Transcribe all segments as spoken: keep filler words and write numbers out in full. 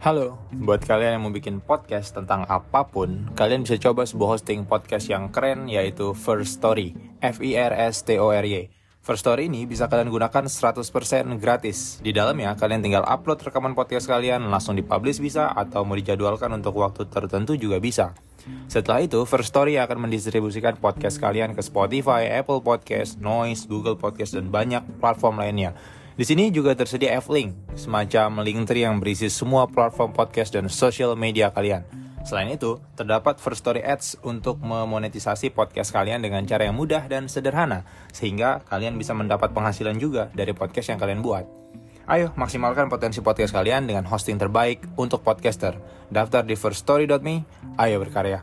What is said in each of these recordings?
Halo, buat kalian yang mau bikin podcast tentang apapun, kalian bisa coba sebuah hosting podcast yang keren yaitu First Story, F I R S T O R Y. First Story ini bisa kalian gunakan seratus persen gratis. Di dalamnya kalian tinggal upload rekaman podcast kalian, langsung dipublish bisa, atau mau dijadwalkan untuk waktu tertentu juga bisa. Setelah itu, First Story akan mendistribusikan podcast kalian ke Spotify, Apple Podcast, Noise, Google Podcast, dan banyak platform lainnya. Di sini juga tersedia F-Link, semacam link tree yang berisi semua platform podcast dan social media kalian. Selain itu, terdapat First Story Ads untuk memonetisasi podcast kalian dengan cara yang mudah dan sederhana, sehingga kalian bisa mendapat penghasilan juga dari podcast yang kalian buat. Ayo, maksimalkan potensi podcast kalian dengan hosting terbaik untuk podcaster. Daftar di first story dot me, ayo berkarya.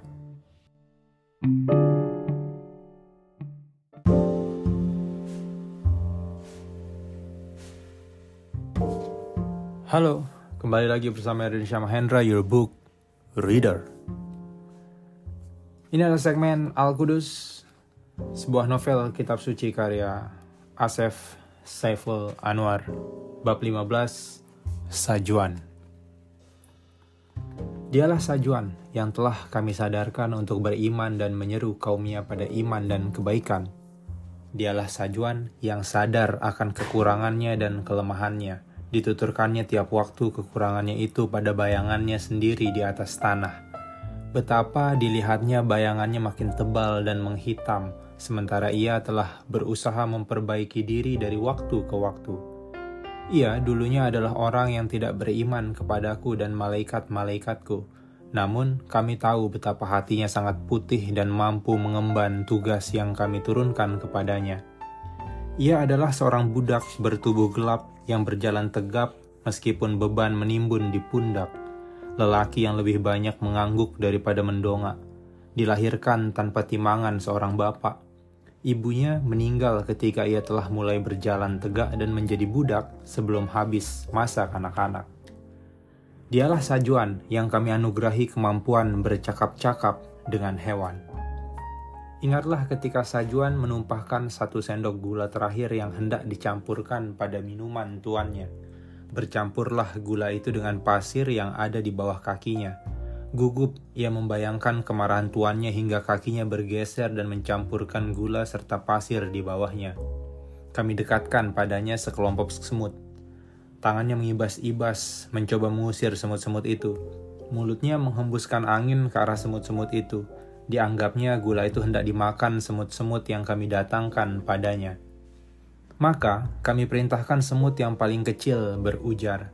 Halo, kembali lagi bersama Indonesia Mahendra, your book reader. Ini adalah segmen Al-Qudus, sebuah novel kitab suci karya Asef Saiful Anwar, bab lima belas, Sajuan. Dialah Sajuan yang telah kami sadarkan untuk beriman dan menyeru kaumnya pada iman dan kebaikan. Dialah Sajuan yang sadar akan kekurangannya dan kelemahannya. Dituturkannya tiap waktu kekurangannya itu pada bayangannya sendiri di atas tanah. Betapa dilihatnya bayangannya makin tebal dan menghitam, sementara ia telah berusaha memperbaiki diri dari waktu ke waktu. Ia dulunya adalah orang yang tidak beriman kepadaku dan malaikat-malaikatku. Namun kami tahu betapa hatinya sangat putih dan mampu mengemban tugas yang kami turunkan kepadanya. Ia adalah seorang budak bertubuh gelap yang berjalan tegap meskipun beban menimbun di pundak. Lelaki yang lebih banyak mengangguk daripada mendongak. Dilahirkan tanpa timangan seorang bapak. Ibunya meninggal ketika ia telah mulai berjalan tegak dan menjadi budak sebelum habis masa kanak-kanak. Dialah Sajuan yang kami anugerahi kemampuan bercakap-cakap dengan hewan. Ingatlah ketika Sajuan menumpahkan satu sendok gula terakhir yang hendak dicampurkan pada minuman tuannya. Bercampurlah gula itu dengan pasir yang ada di bawah kakinya. Gugup ia membayangkan kemarahan tuannya hingga kakinya bergeser dan mencampurkan gula serta pasir di bawahnya. Kami dekatkan padanya sekelompok semut. Tangannya mengibas-ibas, mencoba mengusir semut-semut itu. Mulutnya menghembuskan angin ke arah semut-semut itu. Dianggapnya gula itu hendak dimakan semut-semut yang kami datangkan padanya. Maka kami perintahkan semut yang paling kecil berujar,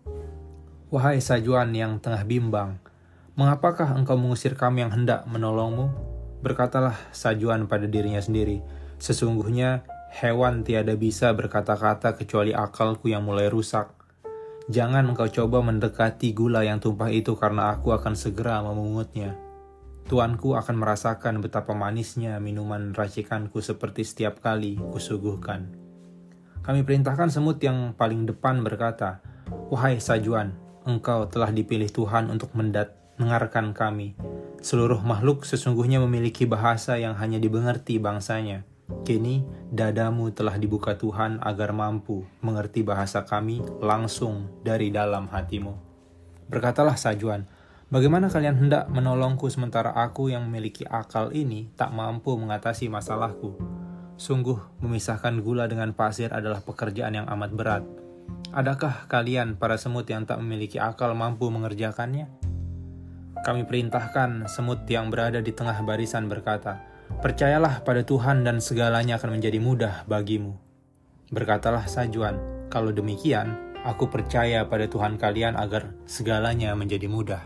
"Wahai Sajuan yang tengah bimbang, mengapakah engkau mengusir kami yang hendak menolongmu?" Berkatalah Sajuan pada dirinya sendiri, "Sesungguhnya hewan tiada bisa berkata-kata kecuali akalku yang mulai rusak. Jangan engkau coba mendekati gula yang tumpah itu karena aku akan segera memungutnya. Tuanku akan merasakan betapa manisnya minuman racikanku seperti setiap kali kusuguhkan." Kami perintahkan semut yang paling depan berkata, "Wahai Sajuan, engkau telah dipilih Tuhan untuk mendengarkan kami. Seluruh makhluk sesungguhnya memiliki bahasa yang hanya dimengerti bangsanya. Kini dadamu telah dibuka Tuhan agar mampu mengerti bahasa kami langsung dari dalam hatimu." Berkatalah Sajuan, "Bagaimana kalian hendak menolongku sementara aku yang memiliki akal ini tak mampu mengatasi masalahku? Sungguh memisahkan gula dengan pasir adalah pekerjaan yang amat berat. Adakah kalian para semut yang tak memiliki akal mampu mengerjakannya?" Kami perintahkan semut yang berada di tengah barisan berkata, "Percayalah pada Tuhan dan segalanya akan menjadi mudah bagimu." Berkatalah Sajuan, "Kalau demikian, aku percaya pada Tuhan kalian agar segalanya menjadi mudah."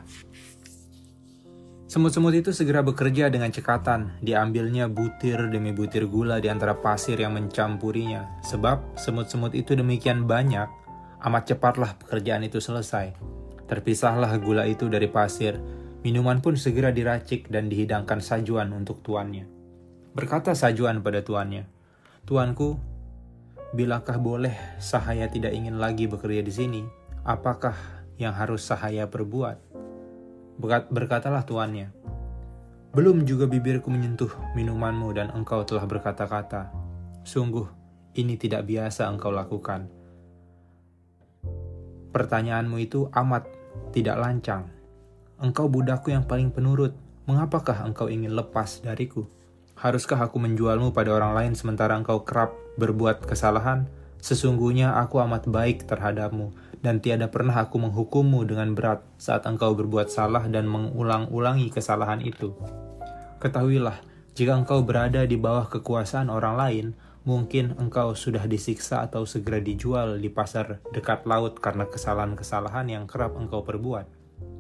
Semut-semut itu segera bekerja dengan cekatan. Diambilnya butir demi butir gula di antara pasir yang mencampurinya. Sebab semut-semut itu demikian banyak, amat cepatlah pekerjaan itu selesai. Terpisahlah gula itu dari pasir. Minuman pun segera diracik dan dihidangkan Sajuan untuk tuannya. Berkata Sajuan pada tuannya, "Tuanku, bilakah boleh sahaya tidak ingin lagi bekerja di sini? Apakah yang harus sahaya perbuat?" Berkatalah tuannya, "Belum juga bibirku menyentuh minumanmu dan engkau telah berkata-kata. Sungguh, ini tidak biasa engkau lakukan. Pertanyaanmu itu amat tidak lancang. Engkau budakku yang paling penurut, mengapakah engkau ingin lepas dariku? Haruskah aku menjualmu pada orang lain sementara engkau kerap berbuat kesalahan? Sesungguhnya aku amat baik terhadapmu, dan tiada pernah aku menghukummu dengan berat saat engkau berbuat salah dan mengulang-ulangi kesalahan itu. Ketahuilah, jika engkau berada di bawah kekuasaan orang lain, mungkin engkau sudah disiksa atau segera dijual di pasar dekat laut karena kesalahan-kesalahan yang kerap engkau perbuat.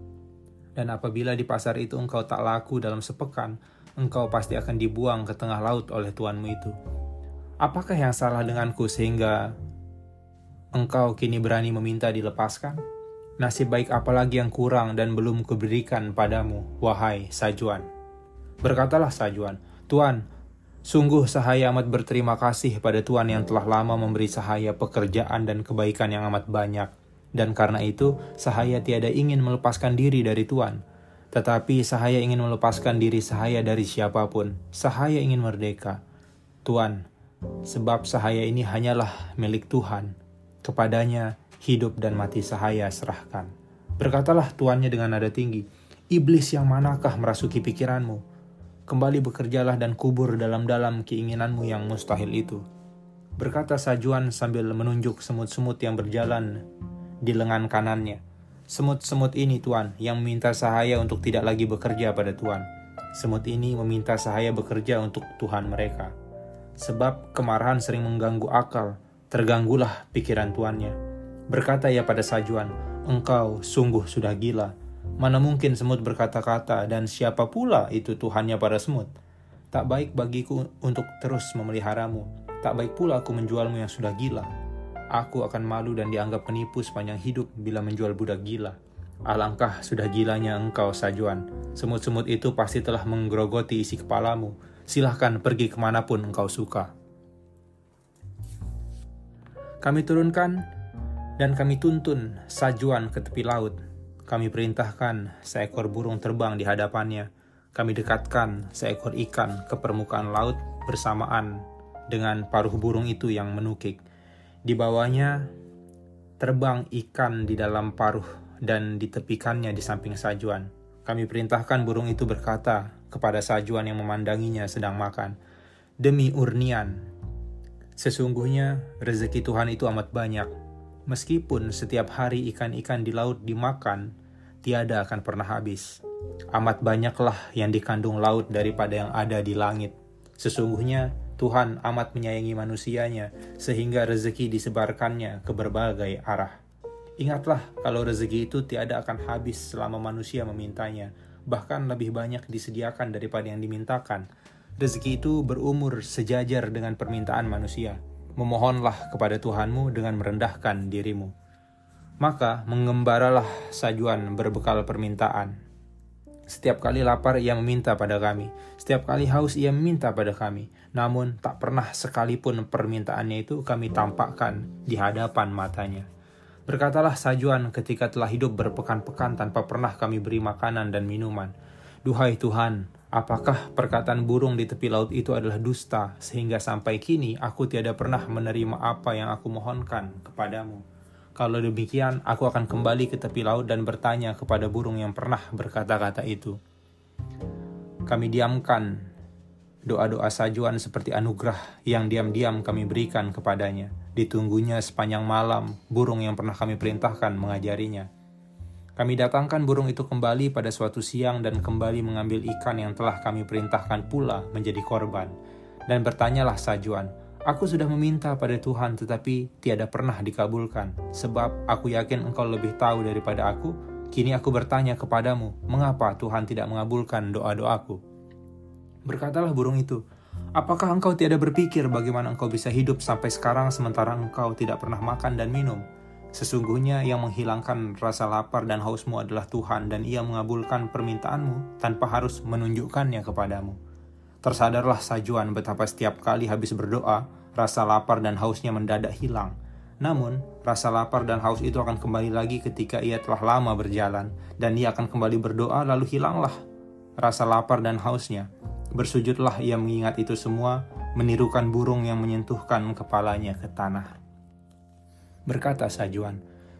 Dan apabila di pasar itu engkau tak laku dalam sepekan, engkau pasti akan dibuang ke tengah laut oleh tuanmu itu. Apakah yang salah denganku sehingga engkau kini berani meminta dilepaskan? Nasib baik apalagi yang kurang dan belum kuberikan padamu, wahai Sajuan. Berkatalah Sajuan, Tuan, sungguh sahaya amat berterima kasih pada Tuan yang telah lama memberi sahaya pekerjaan dan kebaikan yang amat banyak. Dan karena itu, sahaya tiada ingin melepaskan diri dari Tuan. Tetapi sahaya ingin melepaskan diri sahaya dari siapapun. Sahaya ingin merdeka. Tuan, sebab sahaya ini hanyalah milik Tuhan. Kepadanya hidup dan mati sahaya serahkan. Berkatalah tuannya dengan nada tinggi, Iblis yang manakah merasuki pikiranmu? Kembali bekerjalah dan kubur dalam-dalam keinginanmu yang mustahil itu. Berkata Sajuan sambil menunjuk semut-semut yang berjalan di lengan kanannya. Semut-semut ini Tuan yang meminta sahaya untuk tidak lagi bekerja pada Tuan. Semut ini meminta sahaya bekerja untuk Tuhan mereka. Sebab kemarahan sering mengganggu akal, terganggulah pikiran tuannya. Berkata ia pada Sajuan, engkau sungguh sudah gila. Mana mungkin semut berkata-kata dan siapa pula itu Tuhannya pada semut? Tak baik bagiku untuk terus memeliharamu. Tak baik pula aku menjualmu yang sudah gila. Aku akan malu dan dianggap penipu sepanjang hidup bila menjual budak gila. Alangkah sudah gilanya engkau Sajuan. Semut-semut itu pasti telah menggerogoti isi kepalamu. Silahkan pergi kemanapun engkau suka. Kami turunkan dan kami tuntun Sajuan ke tepi laut. Kami perintahkan seekor burung terbang di hadapannya. Kami dekatkan seekor ikan ke permukaan laut bersamaan dengan paruh burung itu yang menukik. Di bawahnya terbang ikan di dalam paruh dan ditepikannya di samping Sajuan. Kami perintahkan burung itu berkata kepada Sajuan yang memandanginya sedang makan, Demi Urnian, sesungguhnya rezeki Tuhan itu amat banyak. Meskipun setiap hari ikan-ikan di laut dimakan, tiada akan pernah habis. Amat banyaklah yang dikandung laut daripada yang ada di langit. Sesungguhnya Tuhan amat menyayangi manusianya, sehingga rezeki disebarkannya ke berbagai arah. Ingatlah, kalau rezeki itu tiada akan habis selama manusia memintanya, bahkan lebih banyak disediakan daripada yang dimintakan. Rezeki itu berumur sejajar dengan permintaan manusia. Memohonlah kepada Tuhanmu dengan merendahkan dirimu. Maka mengembaralah Sajuan berbekal permintaan. Setiap kali lapar ia meminta pada kami. Setiap kali haus ia meminta pada kami. Namun tak pernah sekalipun permintaannya itu kami tampakkan di hadapan matanya. Berkatalah Sajuan ketika telah hidup berpekan-pekan tanpa pernah kami beri makanan dan minuman. Duhai Tuhan, apakah perkataan burung di tepi laut itu adalah dusta, sehingga sampai kini aku tiada pernah menerima apa yang aku mohonkan kepadamu. Kalau demikian, aku akan kembali ke tepi laut dan bertanya kepada burung yang pernah berkata-kata itu. Kami diamkan doa-doa Sajuan seperti anugerah yang diam-diam kami berikan kepadanya. Ditunggunya sepanjang malam, burung yang pernah kami perintahkan mengajarinya. Kami datangkan burung itu kembali pada suatu siang dan kembali mengambil ikan yang telah kami perintahkan pula menjadi korban. Dan bertanyalah Sajuan, aku sudah meminta pada Tuhan tetapi tiada pernah dikabulkan. Sebab aku yakin engkau lebih tahu daripada aku. Kini aku bertanya kepadamu, mengapa Tuhan tidak mengabulkan doa-doaku? Berkatalah burung itu, apakah engkau tiada berpikir bagaimana engkau bisa hidup sampai sekarang sementara engkau tidak pernah makan dan minum? Sesungguhnya yang menghilangkan rasa lapar dan hausmu adalah Tuhan, dan ia mengabulkan permintaanmu tanpa harus menunjukkannya kepadamu. Tersadarlah Sajuan betapa setiap kali habis berdoa, rasa lapar dan hausnya mendadak hilang. Namun, rasa lapar dan haus itu akan kembali lagi ketika ia telah lama berjalan, dan ia akan kembali berdoa lalu hilanglah rasa lapar dan hausnya. Bersujudlah ia mengingat itu semua, menirukan burung yang menyentuhkan kepalanya ke tanah. Berkata Sajuan,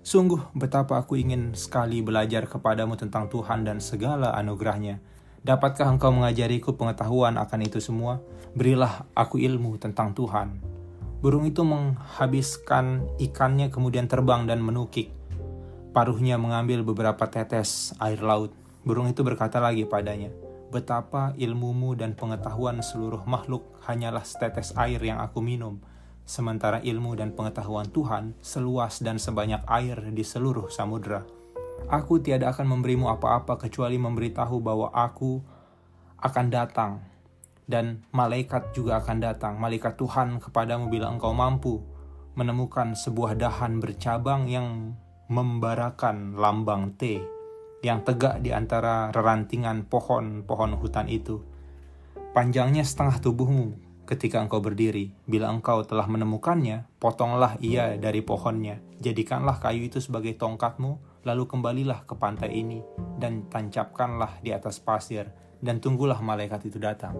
Sungguh betapa aku ingin sekali belajar kepadamu tentang Tuhan dan segala anugerahnya. Dapatkah engkau mengajariku pengetahuan akan itu semua? Berilah aku ilmu tentang Tuhan. Burung itu menghabiskan ikannya kemudian terbang dan menukik. Paruhnya mengambil beberapa tetes air laut. Burung itu berkata lagi padanya, betapa ilmumu dan pengetahuan seluruh makhluk hanyalah setetes air yang aku minum. Sementara ilmu dan pengetahuan Tuhan seluas dan sebanyak air di seluruh samudera. Aku tiada akan memberimu apa-apa kecuali memberitahu bahwa aku akan datang. Dan malaikat juga akan datang, malaikat Tuhan kepadamu bila engkau mampu menemukan sebuah dahan bercabang yang membarakan lambang T yang tegak di antara rerantingan pohon-pohon hutan itu. Panjangnya setengah tubuhmu ketika engkau berdiri. Bila engkau telah menemukannya, potonglah ia dari pohonnya. Jadikanlah kayu itu sebagai tongkatmu, lalu kembalilah ke pantai ini, dan tancapkanlah di atas pasir, dan tunggulah malaikat itu datang.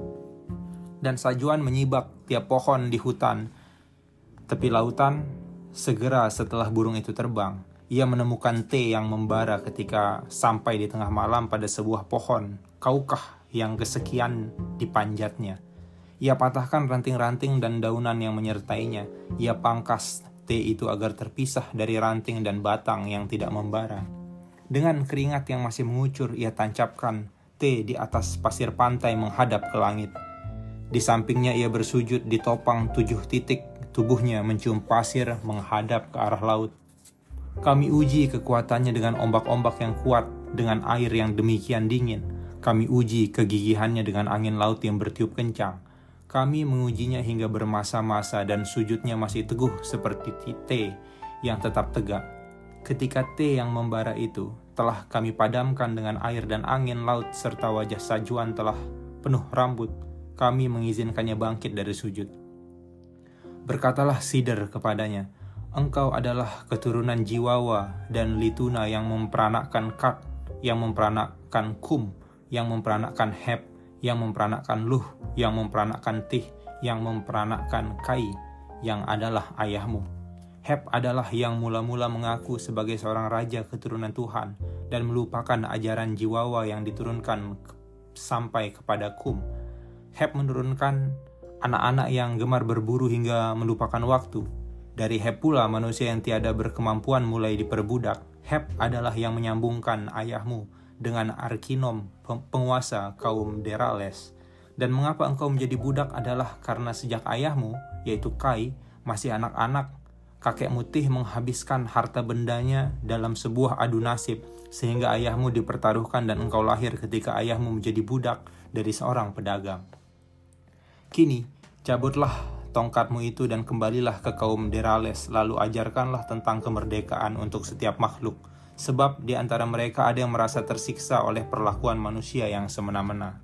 Dan sajuan menyibak tiap pohon di hutan tepi lautan. Segera setelah burung itu terbang, ia menemukan T yang membara ketika sampai di tengah malam pada sebuah pohon kaukah yang kesekian dipanjatnya. Ia patahkan ranting-ranting dan daunan yang menyertainya. Ia pangkas T itu agar terpisah dari ranting dan batang yang tidak membara. Dengan keringat yang masih mengucur, ia tancapkan T di atas pasir pantai menghadap ke langit. Di sampingnya ia bersujud di topang tujuh titik, tubuhnya mencium pasir menghadap ke arah laut. Kami uji kekuatannya dengan ombak-ombak yang kuat, dengan air yang demikian dingin. Kami uji kegigihannya dengan angin laut yang bertiup kencang. Kami mengujinya hingga bermasa-masa dan sujudnya masih teguh seperti T yang tetap tegak. Ketika T yang membara itu telah kami padamkan dengan air dan angin laut serta wajah sajuan telah penuh rambut, kami mengizinkannya bangkit dari sujud. Berkatalah Sider kepadanya, engkau adalah keturunan Jiwawa dan Lituna yang memperanakkan Kak, yang memperanakkan Kum, yang memperanakkan Heb, yang memperanakkan Luh, yang memperanakkan Tih, yang memperanakkan Kai, yang adalah ayahmu. Heb adalah yang mula-mula mengaku sebagai seorang raja keturunan Tuhan dan melupakan ajaran Jiwawa yang diturunkan sampai kepada Kum. Heb menurunkan anak-anak yang gemar berburu hingga melupakan waktu. Dari Heb pula manusia yang tiada berkemampuan mulai diperbudak. Heb adalah yang menyambungkan ayahmu dengan Arkinom, penguasa kaum Derales. Dan mengapa engkau menjadi budak adalah karena sejak ayahmu, yaitu Kai, masih anak-anak, kakek Mutih menghabiskan harta bendanya dalam sebuah adu nasib, sehingga ayahmu dipertaruhkan dan engkau lahir ketika ayahmu menjadi budak dari seorang pedagang. Kini, cabutlah tongkatmu itu dan kembalilah ke kaum Derales, lalu ajarkanlah tentang kemerdekaan untuk setiap makhluk. Sebab di antara mereka ada yang merasa tersiksa oleh perlakuan manusia yang semena-mena.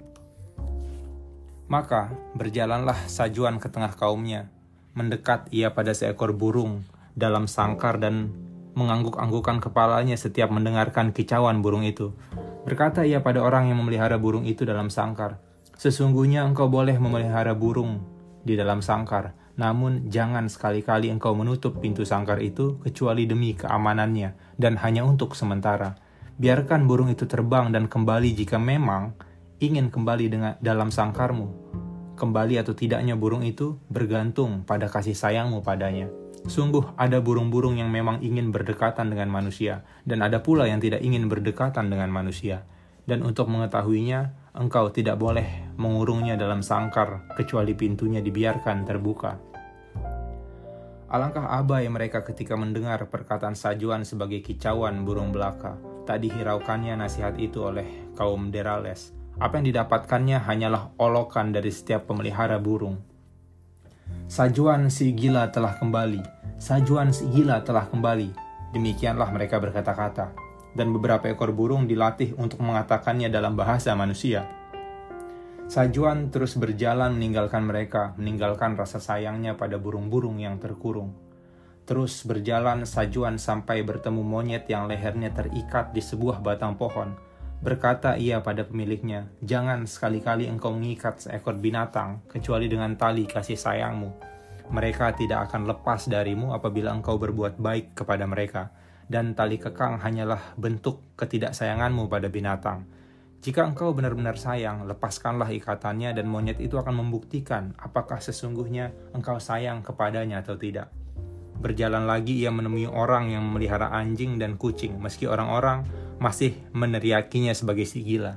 Maka berjalanlah sajuan ke tengah kaumnya. Mendekat ia pada seekor burung dalam sangkar dan mengangguk-anggukan kepalanya setiap mendengarkan kicauan burung itu. Berkata ia pada orang yang memelihara burung itu dalam sangkar, sesungguhnya engkau boleh memelihara burung di dalam sangkar, namun jangan sekali-kali engkau menutup pintu sangkar itu kecuali demi keamanannya dan hanya untuk sementara. Biarkan burung itu terbang dan kembali jika memang ingin kembali dengan dalam sangkarmu. Kembali atau tidaknya burung itu bergantung pada kasih sayangmu padanya. Sungguh ada burung-burung yang memang ingin berdekatan dengan manusia, dan ada pula yang tidak ingin berdekatan dengan manusia. Dan untuk mengetahuinya, engkau tidak boleh mengurungnya dalam sangkar kecuali pintunya dibiarkan terbuka. Alangkah abai mereka ketika mendengar perkataan sajuan sebagai kicauan burung belaka. Tak dihiraukannya nasihat itu oleh kaum Derales. Apa yang didapatkannya hanyalah olokan dari setiap pemelihara burung. Sajuan si gila telah kembali. Sajuan si gila telah kembali. Demikianlah mereka berkata-kata. Dan beberapa ekor burung dilatih untuk mengatakannya dalam bahasa manusia. Sajuan terus berjalan meninggalkan mereka, meninggalkan rasa sayangnya pada burung-burung yang terkurung. Terus berjalan sajuan sampai bertemu monyet yang lehernya terikat di sebuah batang pohon. Berkata ia pada pemiliknya, jangan sekali-kali engkau mengikat seekor binatang, kecuali dengan tali kasih sayangmu. Mereka tidak akan lepas darimu apabila engkau berbuat baik kepada mereka. dan tali kekang hanyalah bentuk ketidaksayanganmu pada binatang. Jika engkau benar-benar sayang, lepaskanlah ikatannya dan monyet itu akan membuktikan apakah sesungguhnya engkau sayang kepadanya atau tidak. Berjalan lagi ia menemui orang yang memelihara anjing dan kucing, meski orang-orang masih meneriakinya sebagai si gila.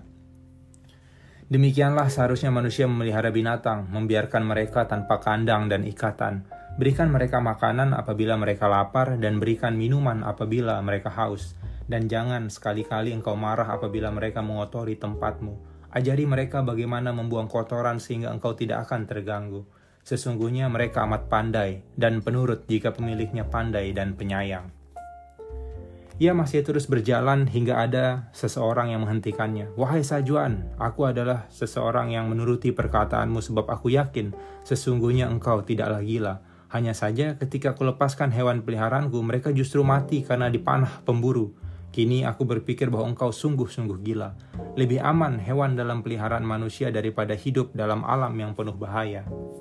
Demikianlah seharusnya manusia memelihara binatang, membiarkan mereka tanpa kandang dan ikatan. Berikan mereka makanan apabila mereka lapar dan berikan minuman apabila mereka haus. Dan jangan sekali-kali engkau marah apabila mereka mengotori tempatmu. Ajari mereka bagaimana membuang kotoran sehingga engkau tidak akan terganggu. Sesungguhnya mereka amat pandai dan penurut jika pemiliknya pandai dan penyayang. Ia masih terus berjalan hingga ada seseorang yang menghentikannya. Wahai Sajuan, aku adalah seseorang yang menuruti perkataanmu sebab aku yakin sesungguhnya engkau tidaklah gila. Hanya saja ketika kulepaskan hewan peliharaanku, mereka justru mati karena dipanah pemburu. Kini aku berpikir bahwa engkau sungguh-sungguh gila. Lebih aman hewan dalam peliharaan manusia daripada hidup dalam alam yang penuh bahaya.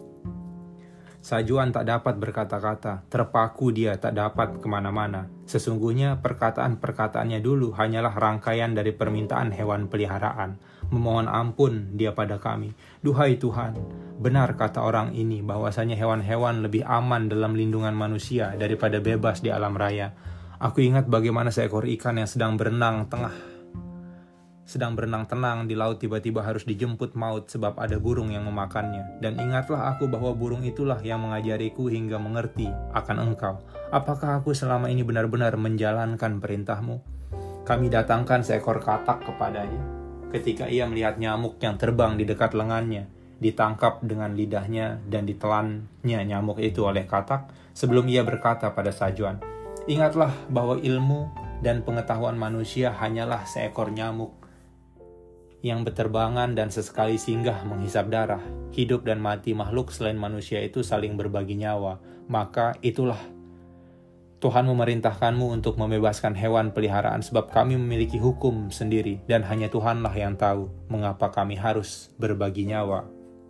Sajuan tak dapat berkata-kata, terpaku dia tak dapat kemana-mana. Sesungguhnya perkataan-perkataannya dulu hanyalah rangkaian dari permintaan hewan peliharaan. Memohon ampun dia pada kami. Duhai Tuhan, benar kata orang ini bahwasanya hewan-hewan lebih aman dalam lindungan manusia daripada bebas di alam raya. Aku ingat bagaimana seekor ikan yang sedang berenang tengah sedang berenang tenang di laut tiba-tiba harus dijemput maut sebab ada burung yang memakannya. Dan ingatlah aku bahwa burung itulah yang mengajariku hingga mengerti akan engkau. Apakah aku selama ini benar-benar menjalankan perintahmu? Kami datangkan seekor katak kepadanya. Ketika ia melihat nyamuk yang terbang di dekat lengannya, ditangkap dengan lidahnya dan ditelannya nyamuk itu oleh katak sebelum ia berkata pada Sajuan, ingatlah bahwa ilmu dan pengetahuan manusia hanyalah seekor nyamuk yang berterbangan dan sesekali singgah menghisap darah. Hidup dan mati makhluk selain manusia itu saling berbagi nyawa. Maka itulah Tuhan memerintahkanmu untuk membebaskan hewan peliharaan sebab kami memiliki hukum sendiri dan hanya Tuhanlah yang tahu mengapa kami harus berbagi nyawa.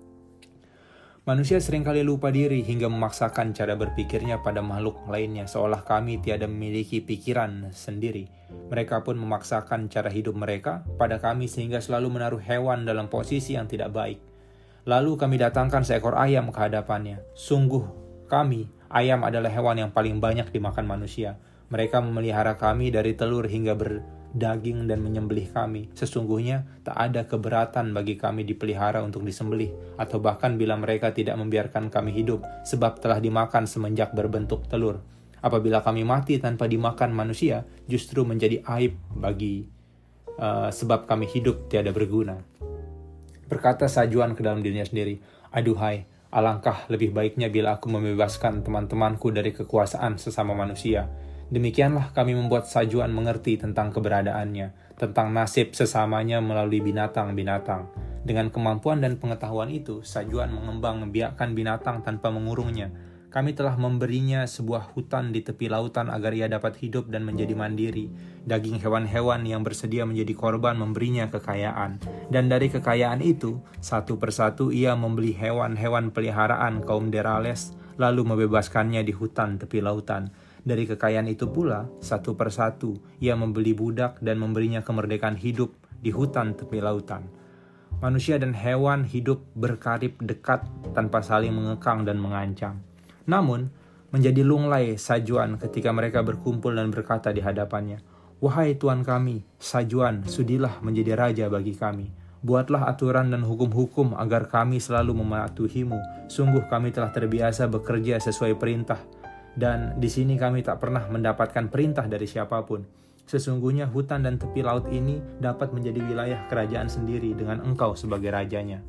Manusia seringkali lupa diri hingga memaksakan cara berpikirnya pada makhluk lainnya seolah kami tiada memiliki pikiran sendiri. Mereka pun memaksakan cara hidup mereka pada kami sehingga selalu menaruh hewan dalam posisi yang tidak baik. Lalu kami datangkan seekor ayam ke hadapannya. Sungguh kami, ayam adalah hewan yang paling banyak dimakan manusia. Mereka memelihara kami dari telur hingga berdaging dan menyembelih kami. Sesungguhnya tak ada keberatan bagi kami dipelihara untuk disembelih, atau bahkan bila mereka tidak membiarkan kami hidup, sebab telah dimakan semenjak berbentuk telur. Apabila kami mati tanpa dimakan manusia, justru menjadi aib bagi uh, sebab kami hidup tiada berguna. Berkata Sajuan ke dalam dirinya sendiri, aduhai, alangkah lebih baiknya bila aku membebaskan teman-temanku dari kekuasaan sesama manusia. Demikianlah kami membuat Sajuan mengerti tentang keberadaannya, tentang nasib sesamanya melalui binatang-binatang. Dengan kemampuan dan pengetahuan itu, Sajuan mengembang membiakkan binatang tanpa mengurungnya. Kami telah memberinya sebuah hutan di tepi lautan agar ia dapat hidup dan menjadi mandiri. Daging hewan-hewan yang bersedia menjadi korban memberinya kekayaan. Dan dari kekayaan itu, satu persatu ia membeli hewan-hewan peliharaan kaum Derales, lalu membebaskannya di hutan tepi lautan. Dari kekayaan itu pula, satu persatu ia membeli budak dan memberinya kemerdekaan hidup di hutan tepi lautan. Manusia dan hewan hidup berkarib dekat tanpa saling mengekang dan mengancam. Namun, menjadi lunglai Sajuan ketika mereka berkumpul dan berkata di hadapannya, wahai Tuan kami, Sajuan, sudilah menjadi raja bagi kami. Buatlah aturan dan hukum-hukum agar kami selalu mematuhimu. Sungguh kami telah terbiasa bekerja sesuai perintah. Dan di sini kami tak pernah mendapatkan perintah dari siapapun. Sesungguhnya hutan dan tepi laut ini dapat menjadi wilayah kerajaan sendiri dengan engkau sebagai rajanya.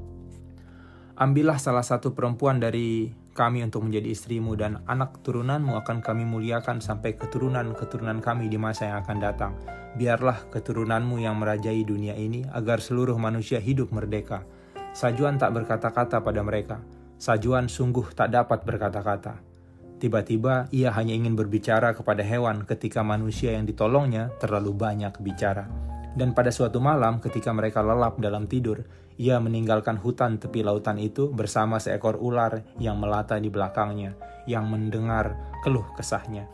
Ambillah salah satu perempuan dari kami untuk menjadi istrimu dan anak turunanmu akan kami muliakan sampai keturunan-keturunan kami di masa yang akan datang. Biarlah keturunanmu yang merajai dunia ini agar seluruh manusia hidup merdeka. Sajuan tak berkata-kata pada mereka. Sajuan sungguh tak dapat berkata-kata. Tiba-tiba ia hanya ingin berbicara kepada hewan ketika manusia yang ditolongnya terlalu banyak bicara. Dan pada suatu malam ketika mereka lelap dalam tidur, ia meninggalkan hutan tepi lautan itu bersama seekor ular yang melata di belakangnya, yang mendengar keluh kesahnya.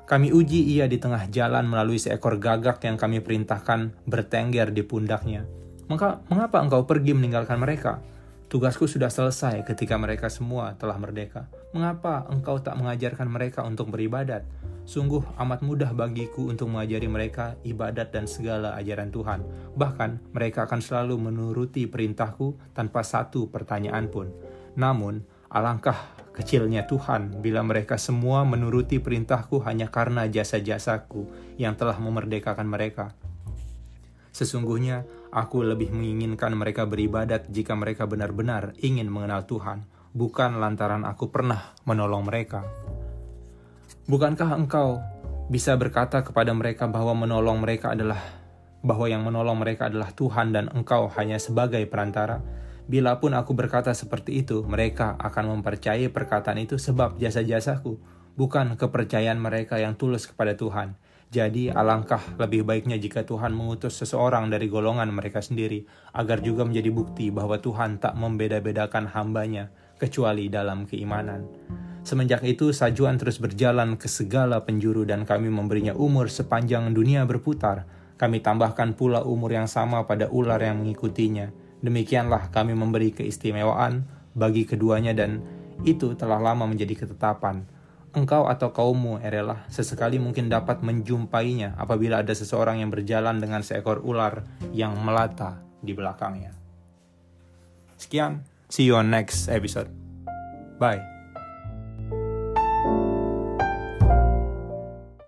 Kami uji ia di tengah jalan melalui seekor gagak yang kami perintahkan bertengger di pundaknya. Maka, mengapa engkau pergi meninggalkan mereka? Tugasku sudah selesai ketika mereka semua telah merdeka. Mengapa engkau tak mengajarkan mereka untuk beribadat? Sungguh amat mudah bagiku untuk mengajari mereka ibadat dan segala ajaran Tuhan. Bahkan mereka akan selalu menuruti perintahku tanpa satu pertanyaan pun. Namun, alangkah kecilnya Tuhan bila mereka semua menuruti perintahku hanya karena jasa-jasaku yang telah memerdekakan mereka. Sesungguhnya, aku lebih menginginkan mereka beribadat jika mereka benar-benar ingin mengenal Tuhan, bukan lantaran aku pernah menolong mereka. Bukankah engkau bisa berkata kepada mereka bahwa menolong mereka adalah bahwa yang menolong mereka adalah Tuhan dan engkau hanya sebagai perantara? Bila pun aku berkata seperti itu, mereka akan mempercayai perkataan itu sebab jasa-jasaku, bukan kepercayaan mereka yang tulus kepada Tuhan. Jadi alangkah lebih baiknya jika Tuhan mengutus seseorang dari golongan mereka sendiri, agar juga menjadi bukti bahwa Tuhan tak membeda-bedakan hambanya, kecuali dalam keimanan. Semenjak itu Sajuan terus berjalan ke segala penjuru dan kami memberinya umur sepanjang dunia berputar. Kami tambahkan pula umur yang sama pada ular yang mengikutinya. Demikianlah kami memberi keistimewaan bagi keduanya dan itu telah lama menjadi ketetapan. Engkau atau kaummu, Erelah, sesekali mungkin dapat menjumpainya apabila ada seseorang yang berjalan dengan seekor ular yang melata di belakangnya. Sekian, see you on next episode. Bye.